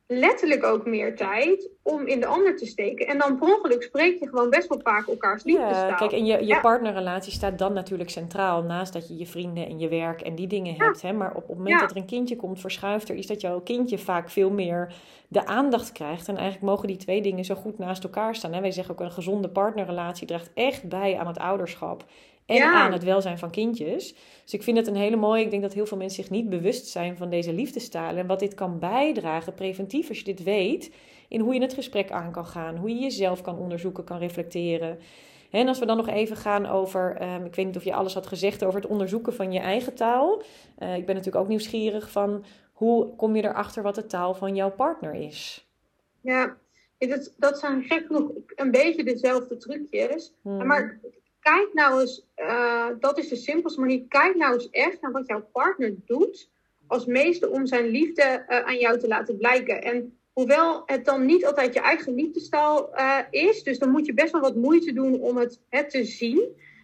Speaker 2: letterlijk ook meer tijd om in de ander te steken. En dan per ongeluk spreek je gewoon best wel vaak elkaars liefdestaal.
Speaker 1: Ja, kijk, en je, je
Speaker 2: ja.
Speaker 1: partnerrelatie staat dan natuurlijk centraal. Naast dat je je vrienden en je werk en die dingen hebt.
Speaker 2: Ja.
Speaker 1: Hè? Maar op, op het moment
Speaker 2: Ja.
Speaker 1: dat er een kindje komt, verschuift er iets dat jouw kindje vaak veel meer de aandacht krijgt. En eigenlijk mogen die twee dingen zo goed naast elkaar staan. Hè? Wij zeggen ook een gezonde partnerrelatie draagt echt bij aan het ouderschap. En
Speaker 2: Ja.
Speaker 1: aan het welzijn van kindjes. Dus ik vind het een hele mooie. Ik denk dat heel veel mensen zich niet bewust zijn van deze liefdestalen. En wat dit kan bijdragen, preventief, als je dit weet. In hoe je het gesprek aan kan gaan. Hoe je jezelf kan onderzoeken, kan reflecteren. En als we dan nog even gaan over... Um, ik weet niet of je alles had gezegd over het onderzoeken van je eigen taal. Uh, ik ben natuurlijk ook nieuwsgierig van... Hoe kom je erachter wat de taal van jouw partner is?
Speaker 2: Ja, dat, dat zijn gek genoeg een beetje dezelfde trucjes. Hmm. Maar... Kijk nou eens, uh, dat is de simpelste manier. Kijk nou eens echt naar wat jouw partner doet als meeste om zijn liefde uh, aan jou te laten blijken. En hoewel het dan niet altijd je eigen liefdestaal uh, is, dus dan moet je best wel wat moeite doen om het, het te zien,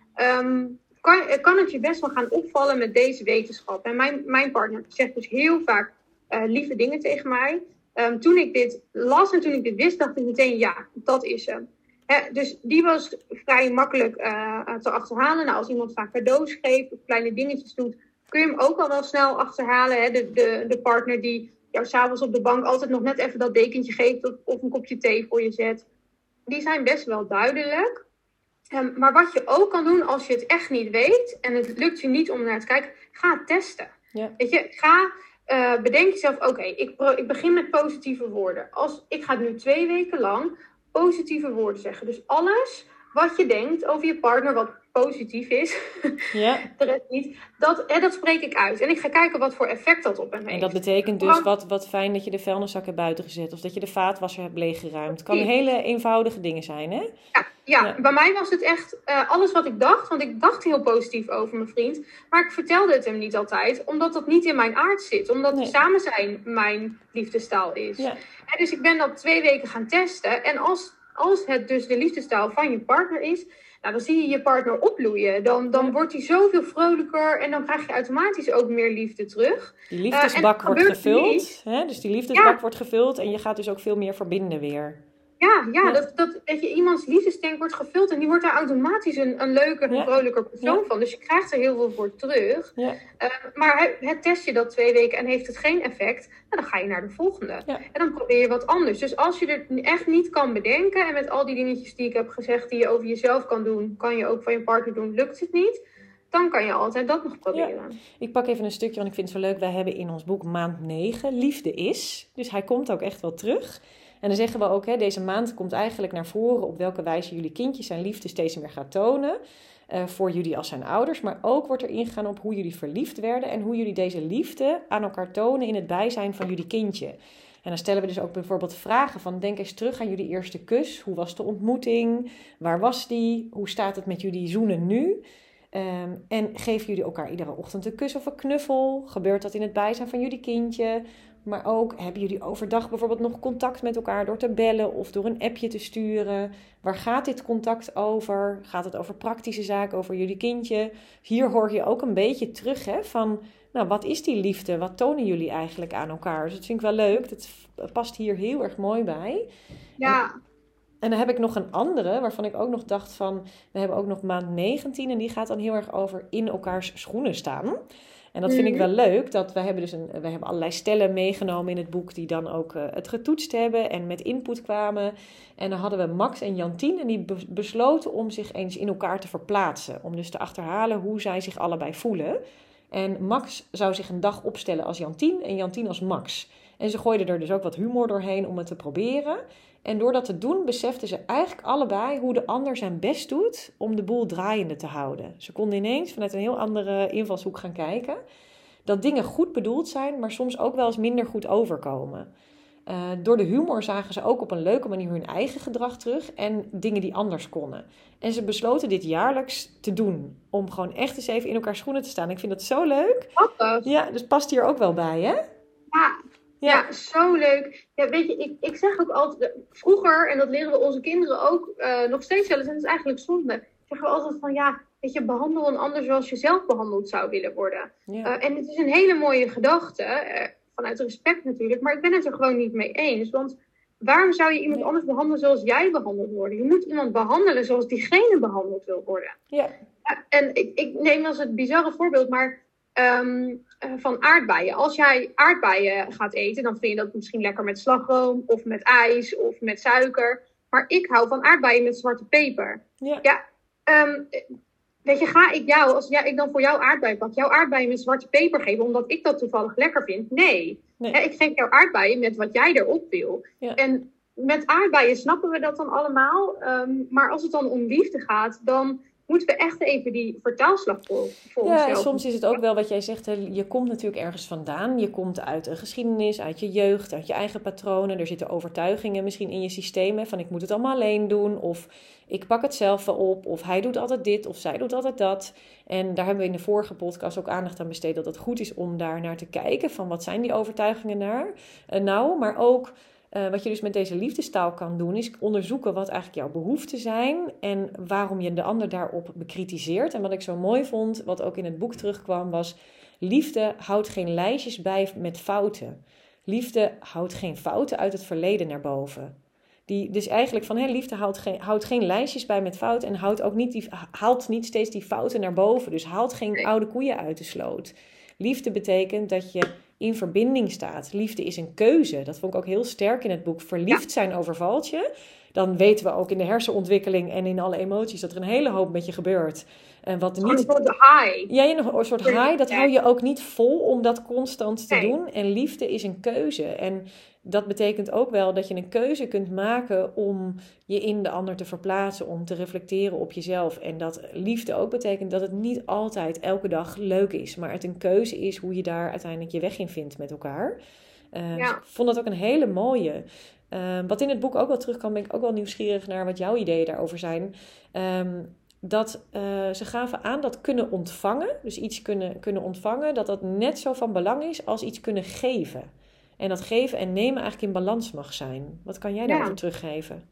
Speaker 2: um, kan, kan het je best wel gaan opvallen met deze wetenschap. En mijn, mijn partner zegt dus heel vaak uh, lieve dingen tegen mij. Um, toen ik dit las en toen ik dit wist, dacht ik meteen, ja, dat is hem. He, dus die was vrij makkelijk uh, te achterhalen. Nou, als iemand vaak cadeaus geeft of kleine dingetjes doet, kun je hem ook al wel snel achterhalen. He, de, de, de partner die jou s'avonds op de bank altijd nog net even dat dekentje geeft of, of een kopje thee voor je zet. Die zijn best wel duidelijk. Um, maar wat je ook kan doen als je het echt niet weet en het lukt je niet om naar te kijken, ga het testen. Ja. Weet je, ga... Uh, bedenk jezelf, oké, okay, ik, ik begin met positieve woorden. Als, ik ga nu twee weken lang positieve woorden zeggen. Dus alles wat je denkt over je partner, wat positief is, ja. de rest niet, dat, eh, dat spreek ik uit. En ik ga kijken wat voor effect dat op hem heeft.
Speaker 1: En dat betekent dus, Want, wat, wat fijn dat je de vuilniszak hebt buiten gezet, of dat je de vaatwasser hebt leeggeruimd. Het kan hele eenvoudige dingen zijn, hè?
Speaker 2: Ja, ja, ja. Bij mij was het echt uh, alles wat ik dacht, want ik dacht heel positief over mijn vriend, maar ik vertelde het hem niet altijd, omdat dat niet in mijn aard zit. Omdat nee. samen zijn mijn liefdestaal is. Ja. En dus ik ben dat twee weken gaan testen. En als, als het dus de liefdestaal van je partner is, nou, dan zie je je partner opbloeien. Dan, dan wordt hij zoveel vrolijker en dan krijg je automatisch ook meer liefde terug.
Speaker 1: Die liefdesbak uh, wordt gevuld. Hè? Dus die liefdesbak ja. wordt gevuld en je gaat dus ook veel meer verbinden weer.
Speaker 2: Ja, ja, ja. Dat, dat, dat je iemands liefdestank wordt gevuld en die wordt daar automatisch een, een leuker en ja. vrolijker persoon ja. van. Dus je krijgt er heel veel voor terug. Ja. Uh, maar het, het test je dat twee weken en heeft het geen effect, nou, dan ga je naar de volgende. Ja. En dan probeer je wat anders. Dus als je er echt niet kan bedenken en met al die dingetjes die ik heb gezegd die je over jezelf kan doen, kan je ook van je partner doen, lukt het niet, dan kan je altijd dat nog proberen. Ja.
Speaker 1: Ik pak even een stukje, want ik vind het zo leuk. Wij hebben in ons boek maand negen, Liefde is. Dus hij komt ook echt wel terug. En dan zeggen we ook, hè, deze maand komt eigenlijk naar voren op welke wijze jullie kindje zijn liefde steeds meer gaat tonen. Uh, voor jullie als zijn ouders. Maar ook wordt er ingegaan op hoe jullie verliefd werden en hoe jullie deze liefde aan elkaar tonen in het bijzijn van jullie kindje. En dan stellen we dus ook bijvoorbeeld vragen van, denk eens terug aan jullie eerste kus. Hoe was de ontmoeting? Waar was die? Hoe staat het met jullie zoenen nu? Um, en geven jullie elkaar iedere ochtend een kus of een knuffel? Gebeurt dat in het bijzijn van jullie kindje? Maar ook, hebben jullie overdag bijvoorbeeld nog contact met elkaar door te bellen of door een appje te sturen? Waar gaat dit contact over? Gaat het over praktische zaken, over jullie kindje? Hier hoor je ook een beetje terug, hè, van, nou, wat is die liefde? Wat tonen jullie eigenlijk aan elkaar? Dus dat vind ik wel leuk. Dat past hier heel erg mooi bij.
Speaker 2: Ja.
Speaker 1: En, en dan heb ik nog een andere, waarvan ik ook nog dacht van, we hebben ook nog maand negentien en die gaat dan heel erg over in elkaars schoenen staan. En dat vind ik wel leuk, dat we hebben dus een, we hebben allerlei stellen meegenomen in het boek die dan ook uh, het getoetst hebben en met input kwamen. En dan hadden we Max en Jantien en die be- besloten om zich eens in elkaar te verplaatsen. Om dus te achterhalen hoe zij zich allebei voelen. En Max zou zich een dag opstellen als Jantien en Jantien als Max. En ze gooiden er dus ook wat humor doorheen om het te proberen. En door dat te doen beseften ze eigenlijk allebei hoe de ander zijn best doet om de boel draaiende te houden. Ze konden ineens vanuit een heel andere invalshoek gaan kijken. Dat dingen goed bedoeld zijn, maar soms ook wel eens minder goed overkomen. Uh, door de humor zagen ze ook op een leuke manier hun eigen gedrag terug en dingen die anders konden. En ze besloten dit jaarlijks te doen. Om gewoon echt eens even in elkaar schoenen te staan. Ik vind dat zo leuk.
Speaker 2: Grappig.
Speaker 1: Ja, dus past hier ook wel bij, hè?
Speaker 2: Ja. Ja. ja, zo leuk. Ja, weet je, ik, ik zeg ook altijd, vroeger, en dat leren we onze kinderen ook uh, nog steeds wel eens, en dat is eigenlijk zonde, zeggen we altijd van, ja, weet je, behandel een ander zoals je zelf behandeld zou willen worden. Ja. Uh, en het is een hele mooie gedachte, uh, vanuit respect natuurlijk. Maar ik ben het er gewoon niet mee eens. Want waarom zou je iemand nee. anders behandelen zoals jij behandeld wordt? Je moet iemand behandelen zoals diegene behandeld wil worden.
Speaker 1: Ja.
Speaker 2: Ja, en ik, ik neem als het bizarre voorbeeld maar um, uh, van aardbeien. Als jij aardbeien gaat eten, dan vind je dat misschien lekker met slagroom of met ijs of met suiker. Maar ik hou van aardbeien met zwarte peper.
Speaker 1: Ja.
Speaker 2: Ja, um, weet je, ga ik jou, als jij, ik dan voor jou aardbeien pak, jouw aardbeien met zwarte peper geven, omdat ik dat toevallig lekker vind? Nee. nee. He, ik geef jou aardbeien met wat jij erop wil.
Speaker 1: Ja.
Speaker 2: En met aardbeien snappen we dat dan allemaal. Um, maar als het dan om liefde gaat, dan moeten we echt even die vertaalslag voor, voor
Speaker 1: ja,
Speaker 2: onszelf.
Speaker 1: Ja, soms is het ook wel wat jij zegt. Hè, je komt natuurlijk ergens vandaan. Je komt uit een geschiedenis, uit je jeugd, uit je eigen patronen. Er zitten overtuigingen misschien in je systeem. Hè, van ik moet het allemaal alleen doen. Of ik pak het zelf wel op. Of hij doet altijd dit. Of zij doet altijd dat. En daar hebben we in de vorige podcast ook aandacht aan besteed. Dat het goed is om daar naar te kijken. Van wat zijn die overtuigingen naar? Uh, nou, maar ook... Uh, wat je dus met deze liefdestaal kan doen, is onderzoeken wat eigenlijk jouw behoeften zijn en waarom je de ander daarop bekritiseert. En wat ik zo mooi vond, wat ook in het boek terugkwam, was liefde houdt geen lijstjes bij met fouten. Liefde houdt geen fouten uit het verleden naar boven. Die, dus eigenlijk van, hé, liefde houdt geen, houdt geen lijstjes bij met fouten en houdt ook niet die, haalt niet steeds die fouten naar boven. Dus haalt geen nee. oude koeien uit de sloot. Liefde betekent dat je in verbinding staat. Liefde is een keuze. Dat vond ik ook heel sterk in het boek. Verliefd ja. zijn overvalt je. Dan weten we ook in de hersenontwikkeling en in alle emoties dat er een hele hoop met je gebeurt. En wat niet...
Speaker 2: Een soort high.
Speaker 1: Ja, een soort high. Dat hou je ook niet vol om dat constant te
Speaker 2: nee.
Speaker 1: doen. En liefde is een keuze. En dat betekent ook wel dat je een keuze kunt maken om je in de ander te verplaatsen, om te reflecteren op jezelf. En dat liefde ook betekent dat het niet altijd elke dag leuk is, maar het een keuze is hoe je daar uiteindelijk je weg in vindt met elkaar. Uh, ja. dus ik vond dat ook een hele mooie. Uh, wat in het boek ook wel terugkwam, ben ik ook wel nieuwsgierig naar wat jouw ideeën daarover zijn. Um, dat uh, ze gaven aan dat kunnen ontvangen, dus iets kunnen, kunnen ontvangen, dat dat net zo van belang is als iets kunnen geven. En dat geven en nemen eigenlijk in balans mag zijn. Wat kan jij daarover ja. teruggeven?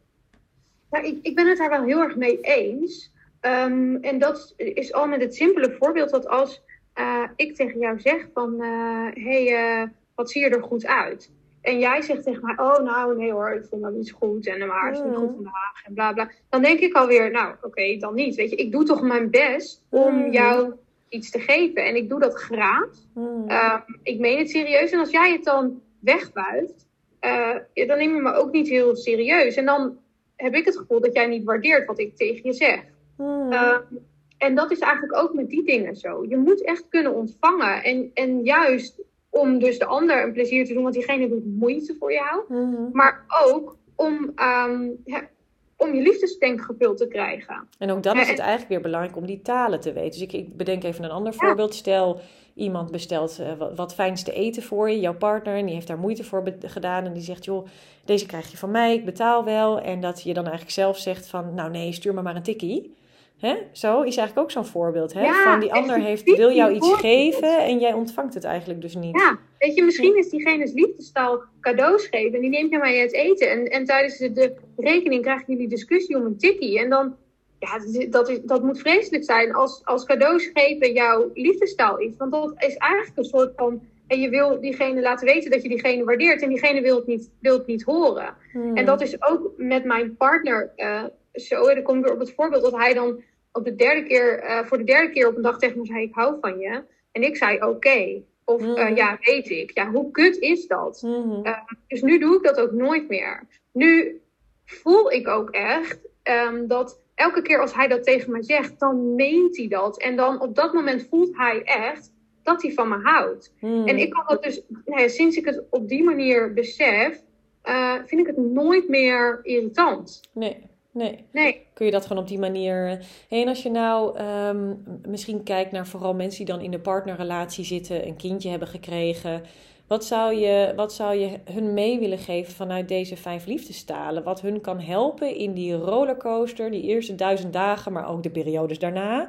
Speaker 2: Ja, ik, ik ben het daar wel heel erg mee eens. Um, en dat is al met het simpele voorbeeld dat als uh, ik tegen jou zeg van... Uh, hey, uh, wat zie je er goed uit? En jij zegt tegen mij, oh nou nee hoor, ik voel me niet goed. En mijn haar is niet goed vandaag en bla bla. Dan denk ik alweer, nou oké, okay, dan niet. Weet je, ik doe toch mijn best om mm. jou iets te geven. En ik doe dat graag. Mm. Uh, ik meen het serieus. En als jij het dan wegbuigt, uh, ja, dan neem je me ook niet heel serieus. En dan heb ik het gevoel dat jij niet waardeert wat ik tegen je zeg. Mm. Uh, en dat is eigenlijk ook met die dingen zo. Je moet echt kunnen ontvangen. En, en juist om dus de ander een plezier te doen, want diegene doet moeite voor jou. Mm. Maar ook om, um, ja, om je liefdestank gevuld te krijgen.
Speaker 1: En ook dan is het eigenlijk weer belangrijk om die talen te weten. Dus ik, ik bedenk even een ander ja. voorbeeld. Stel, iemand bestelt uh, wat, wat fijns te eten voor je, jouw partner, en die heeft daar moeite voor be- gedaan. En die zegt, joh, deze krijg je van mij, ik betaal wel. En dat je dan eigenlijk zelf zegt van, nou nee, stuur me maar een tikkie. Hè? Zo is eigenlijk ook zo'n voorbeeld. Hè?
Speaker 2: Ja,
Speaker 1: van die ander heeft, wil jou iets voorbeeld. geven en jij ontvangt het eigenlijk dus niet.
Speaker 2: Ja, weet je, misschien is diegene's liefdestaal cadeaus geven. En die neemt jou mee het eten. En, en tijdens de, de rekening krijg je die discussie om een tikkie. En dan, ja, dat, is, dat moet vreselijk zijn als, als cadeaus geven jouw liefdestaal is. Want dat is eigenlijk een soort van... En je wil diegene laten weten dat je diegene waardeert. En diegene wil het niet, wil het niet horen. Hmm. En dat is ook met mijn partner uh, zo. Dan kom ik weer op het voorbeeld dat hij dan op de derde keer, uh, voor de derde keer op een dag tegen me zei, ik hou van je. En ik zei, oké. Okay. Of hmm. uh, ja, weet ik. Ja, hoe kut is dat? Hmm. Uh, dus nu doe ik dat ook nooit meer. Nu voel ik ook echt um, dat elke keer als hij dat tegen me zegt, dan meent hij dat. En dan op dat moment voelt hij echt dat hij van me houdt. Hmm. En ik kan dat dus, nou ja, sinds ik het op die manier besef, uh, vind ik het nooit meer irritant.
Speaker 1: Nee, nee.
Speaker 2: nee.
Speaker 1: Kun je dat gewoon op die manier... En als je nou um, misschien kijkt naar vooral mensen die dan in de partnerrelatie zitten, een kindje hebben gekregen. Wat zou je, wat zou je hun mee willen geven vanuit deze vijf liefdestalen? Wat hun kan helpen in die rollercoaster, die eerste duizend dagen, maar ook de periodes daarna.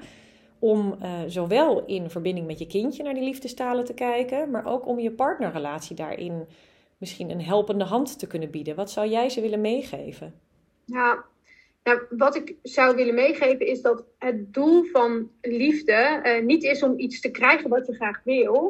Speaker 1: Om uh, zowel in verbinding met je kindje naar die liefdestalen te kijken, maar ook om je partnerrelatie daarin misschien een helpende hand te kunnen bieden. Wat zou jij ze willen meegeven?
Speaker 2: Ja, nou, wat ik zou willen meegeven is dat het doel van liefde uh, niet is om iets te krijgen wat je graag wil.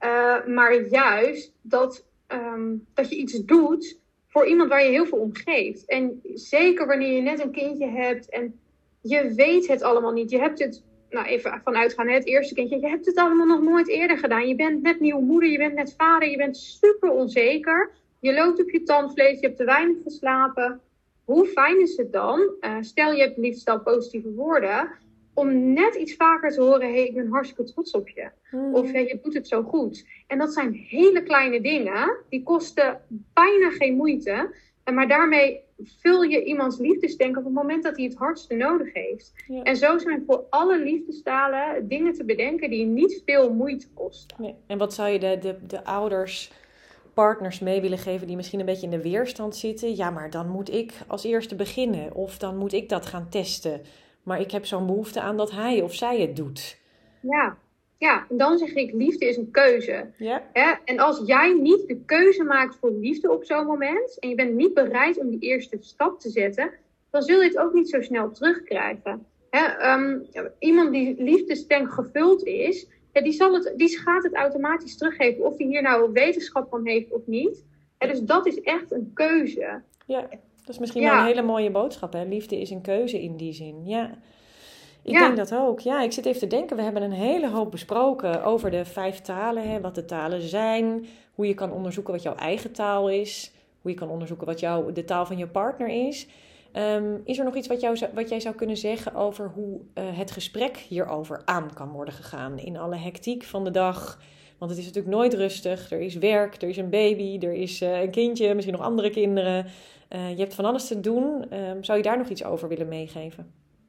Speaker 2: Uh, maar juist dat, um, dat je iets doet voor iemand waar je heel veel om geeft. En zeker wanneer je net een kindje hebt en je weet het allemaal niet. Je hebt het, nou even vanuitgaan, het eerste kindje. Je hebt het allemaal nog nooit eerder gedaan. Je bent net nieuwe moeder, je bent net vader, je bent super onzeker. Je loopt op je tandvlees, je hebt te weinig geslapen. Hoe fijn is het dan, uh, stel je hebt liefst al positieve woorden, om net iets vaker te horen, hé, hey, ik ben hartstikke trots op je. Mm. Of hey, je doet het zo goed. En dat zijn hele kleine dingen, die kosten bijna geen moeite. Maar daarmee vul je iemands liefdesdenken op het moment dat hij het hardste nodig heeft. Ja. En zo zijn voor alle liefdestalen dingen te bedenken die niet veel moeite kosten.
Speaker 1: Nee. En wat zou je de, de, de ouders, partners mee willen geven die misschien een beetje in de weerstand zitten? Ja, maar dan moet ik als eerste beginnen. Of dan moet ik dat gaan testen. Maar ik heb zo'n behoefte aan dat hij of zij het doet.
Speaker 2: Ja, ja, en dan zeg ik, liefde is een keuze.
Speaker 1: Ja.
Speaker 2: Hè? En als jij niet de keuze maakt voor liefde op zo'n moment, en je bent niet bereid om die eerste stap te zetten, dan zul je het ook niet zo snel terugkrijgen. Hè? Um, iemand die liefdestank gevuld is, ja, die, zal het, die gaat het automatisch teruggeven. Of die hier nou wetenschap van heeft of niet. Hè? Dus dat is echt een keuze.
Speaker 1: Ja. Dat is misschien ja. wel een hele mooie boodschap, hè? Liefde is een keuze in die zin. Ja, ik ja. denk dat ook. Ja, ik zit even te denken, we hebben een hele hoop besproken over de vijf talen. Hè? Wat de talen zijn, hoe je kan onderzoeken wat jouw eigen taal is. Hoe je kan onderzoeken wat jouw, de taal van je partner is. Um, is er nog iets wat, jou, wat jij zou kunnen zeggen over hoe uh, het gesprek hierover aan kan worden gegaan? In alle hectiek van de dag. Want het is natuurlijk nooit rustig. Er is werk, er is een baby, er is uh, een kindje, misschien nog andere kinderen. Uh, je hebt van alles te doen. Uh, zou je daar nog iets over willen meegeven?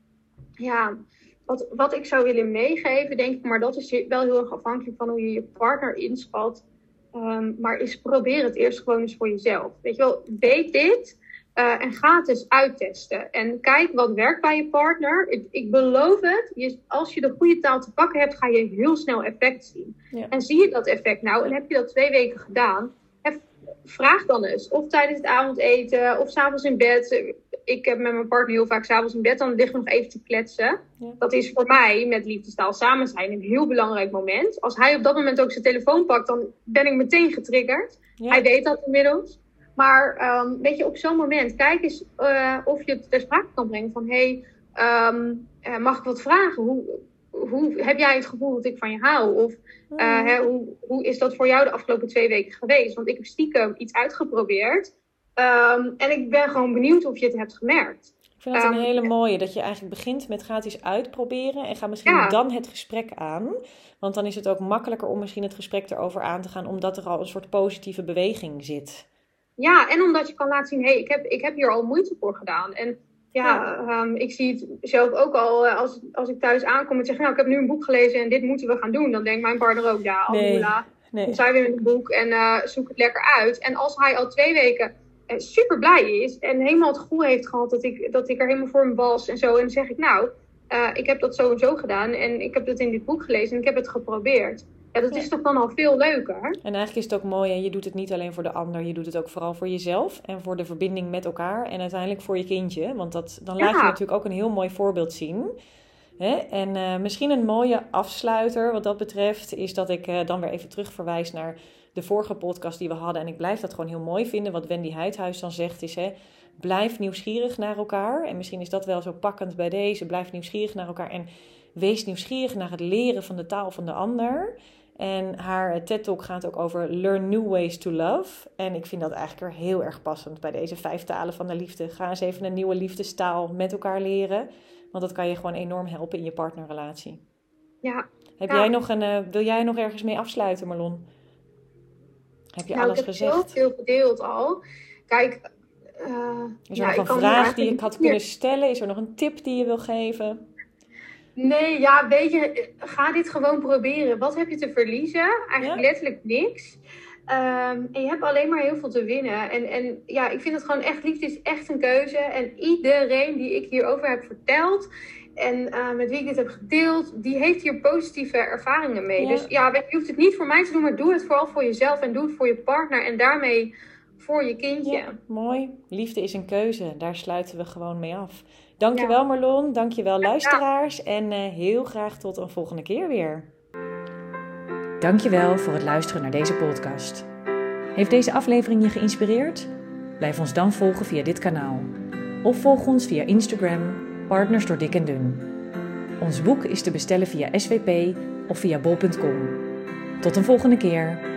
Speaker 2: Ja, wat, wat ik zou willen meegeven, denk ik, maar dat is wel heel erg afhankelijk van hoe je je partner inschat. Um, maar is probeer het eerst gewoon eens voor jezelf. Weet je wel, weet dit uh, en ga het eens uittesten. En kijk wat werkt bij je partner. Ik, ik beloof het, je, als je de goede taal te pakken hebt, ga je heel snel effect zien. Ja. En zie je dat effect nou en heb je dat twee weken gedaan, hef, vraag dan eens. Of tijdens het avondeten, of 's avonds in bed. Ik heb met mijn partner heel vaak 's avonds in bed, dan liggen we nog even te kletsen. Ja. Dat is voor mij met liefdestaal samen zijn een heel belangrijk moment. Als hij op dat moment ook zijn telefoon pakt, dan ben ik meteen getriggerd. Ja. Hij weet dat inmiddels. Maar um, weet je, op zo'n moment, kijk eens uh, of je het ter sprake kan brengen van, hé, hey, um, uh, mag ik wat vragen? Hoe, hoe heb jij het gevoel dat ik van je hou? Of uh, hè, hoe, hoe is dat voor jou de afgelopen twee weken geweest? Want ik heb stiekem iets uitgeprobeerd. Um, en ik ben gewoon benieuwd of je het hebt gemerkt.
Speaker 1: Ik vind dat een um, hele mooie, dat je eigenlijk begint met ga het eens uitproberen en ga misschien ja. dan het gesprek aan. Want dan is het ook makkelijker om misschien het gesprek erover aan te gaan, omdat er al een soort positieve beweging zit.
Speaker 2: Ja, en omdat je kan laten zien, hé, hey, ik, heb, ik heb hier al moeite voor gedaan. En ja, ja. Um, ik zie het zelf ook al, als, als ik thuis aankom en zeg, nou, ik heb nu een boek gelezen en dit moeten we gaan doen. Dan denkt mijn partner ook, ja, alhamdulillah. Nee. Dan zijn we weer met een boek en uh, zoek het lekker uit. En als hij al twee weken super blij is en helemaal het gevoel heeft gehad dat ik, dat ik er helemaal voor hem was en zo. En dan zeg ik, nou, uh, ik heb dat zo en zo gedaan en ik heb dat in dit boek gelezen en ik heb het geprobeerd. Ja, dat ja. is toch dan al veel leuker.
Speaker 1: En eigenlijk is het ook mooi, en je doet het niet alleen voor de ander, je doet het ook vooral voor jezelf en voor de verbinding met elkaar en uiteindelijk voor je kindje. Want dat, dan laat ja. je natuurlijk ook een heel mooi voorbeeld zien. Hè? En uh, misschien een mooie afsluiter wat dat betreft is dat ik uh, dan weer even terugverwijs naar de vorige podcast die we hadden. En ik blijf dat gewoon heel mooi vinden. Wat Wendy Heithuis dan zegt is, hè, blijf nieuwsgierig naar elkaar. En misschien is dat wel zo pakkend bij deze. Blijf nieuwsgierig naar elkaar en wees nieuwsgierig naar het leren van de taal van de ander. En haar TED-talk gaat ook over Learn New Ways to Love. En ik vind dat eigenlijk er heel erg passend bij deze vijf talen van de liefde. Ga eens even een nieuwe liefdestaal met elkaar leren. Want dat kan je gewoon enorm helpen in je partnerrelatie.
Speaker 2: Ja.
Speaker 1: Heb
Speaker 2: ja.
Speaker 1: jij nog een, uh, wil jij nog ergens mee afsluiten, Marlon? Heb je nou, alles
Speaker 2: ik heb
Speaker 1: gezegd?
Speaker 2: heel veel gedeeld al. Kijk, uh,
Speaker 1: is er
Speaker 2: ja,
Speaker 1: nog een vraag die ik had kunnen stellen? Is er nog een tip die je wil geven?
Speaker 2: Nee, ja, weet je, ga dit gewoon proberen. Wat heb je te verliezen? Eigenlijk ja. letterlijk niks. Um, en je hebt alleen maar heel veel te winnen. En, en ja, ik vind het gewoon echt, liefde is echt een keuze. En iedereen die ik hierover heb verteld en uh, met wie ik dit heb gedeeld, die heeft hier positieve ervaringen mee. Ja. Dus ja, je hoeft het niet voor mij te doen, maar doe het vooral voor jezelf en doe het voor je partner en daarmee voor je kindje.
Speaker 1: Ja, mooi. Liefde is een keuze. Daar sluiten we gewoon mee af. Dankjewel ja. Marlon, dankjewel luisteraars. Ja. En uh, heel graag tot een volgende keer weer. Dankjewel voor het luisteren naar deze podcast. Heeft deze aflevering je geïnspireerd? Blijf ons dan volgen via dit kanaal. Of volg ons via Instagram, Partners door Dik en Dun. Ons boek is te bestellen via S V P of via bol punt com. Tot een volgende keer.